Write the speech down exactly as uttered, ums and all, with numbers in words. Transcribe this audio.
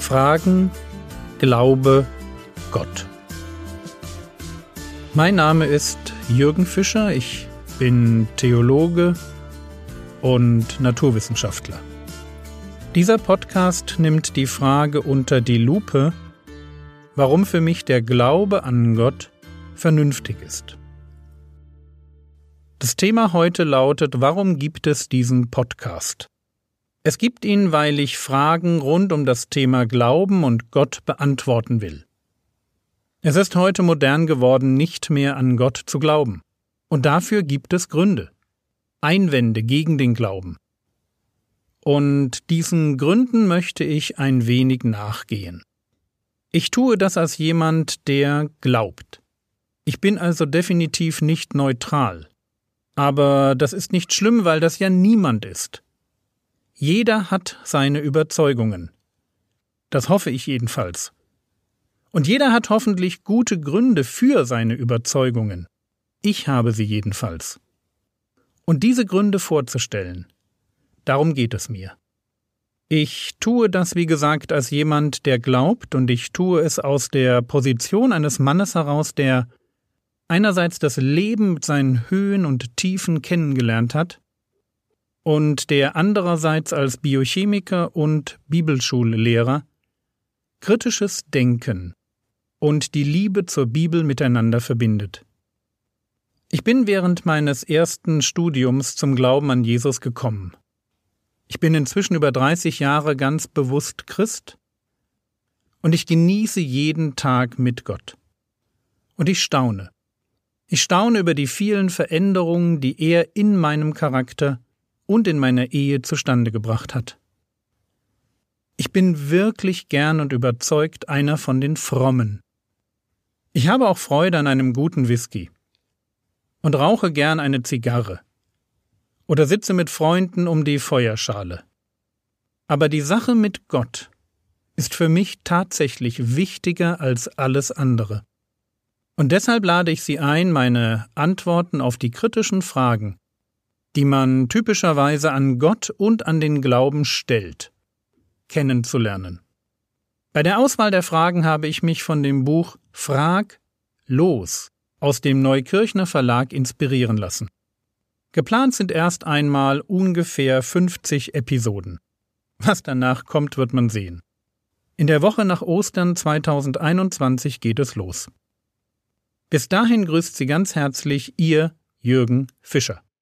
Fragen, Glaube, Gott. Mein Name ist Jürgen Fischer, ich bin Theologe und Naturwissenschaftler. Dieser Podcast nimmt die Frage unter die Lupe, warum für mich der Glaube an Gott vernünftig ist. Das Thema heute lautet, warum gibt es diesen Podcast? Es gibt ihn, weil ich Fragen rund um das Thema Glauben und Gott beantworten will. Es ist heute modern geworden, nicht mehr an Gott zu glauben. Und dafür gibt es Gründe. Einwände gegen den Glauben. Und diesen Gründen möchte ich ein wenig nachgehen. Ich tue das als jemand, der glaubt. Ich bin also definitiv nicht neutral. Aber das ist nicht schlimm, weil das ja niemand ist. Jeder hat seine Überzeugungen. Das hoffe ich jedenfalls. Und jeder hat hoffentlich gute Gründe für seine Überzeugungen. Ich habe sie jedenfalls. Und diese Gründe vorzustellen, darum geht es mir. Ich tue das, wie gesagt, als jemand, der glaubt, und ich tue es aus der Position eines Mannes heraus, der einerseits das Leben mit seinen Höhen und Tiefen kennengelernt hat und der andererseits als Biochemiker und Bibelschullehrer kritisches Denken und die Liebe zur Bibel miteinander verbindet. Ich bin während meines ersten Studiums zum Glauben an Jesus gekommen. Ich bin inzwischen über dreißig Jahre ganz bewusst Christ und ich genieße jeden Tag mit Gott. Und ich staune. Ich staune über die vielen Veränderungen, die er in meinem Charakter und in meiner Ehe zustande gebracht hat. Ich bin wirklich gern und überzeugt einer von den Frommen. Ich habe auch Freude an einem guten Whisky und rauche gern eine Zigarre oder sitze mit Freunden um die Feuerschale. Aber die Sache mit Gott ist für mich tatsächlich wichtiger als alles andere. Und deshalb lade ich Sie ein, meine Antworten auf die kritischen Fragen, die man typischerweise an Gott und an den Glauben stellt, kennenzulernen. Bei der Auswahl der Fragen habe ich mich von dem Buch Frag los aus dem Neukirchner Verlag inspirieren lassen. Geplant sind erst einmal ungefähr fünfzig Episoden. Was danach kommt, wird man sehen. In der Woche nach Ostern zweitausendeinundzwanzig geht es los. Bis dahin grüßt Sie ganz herzlich Ihr Jürgen Fischer.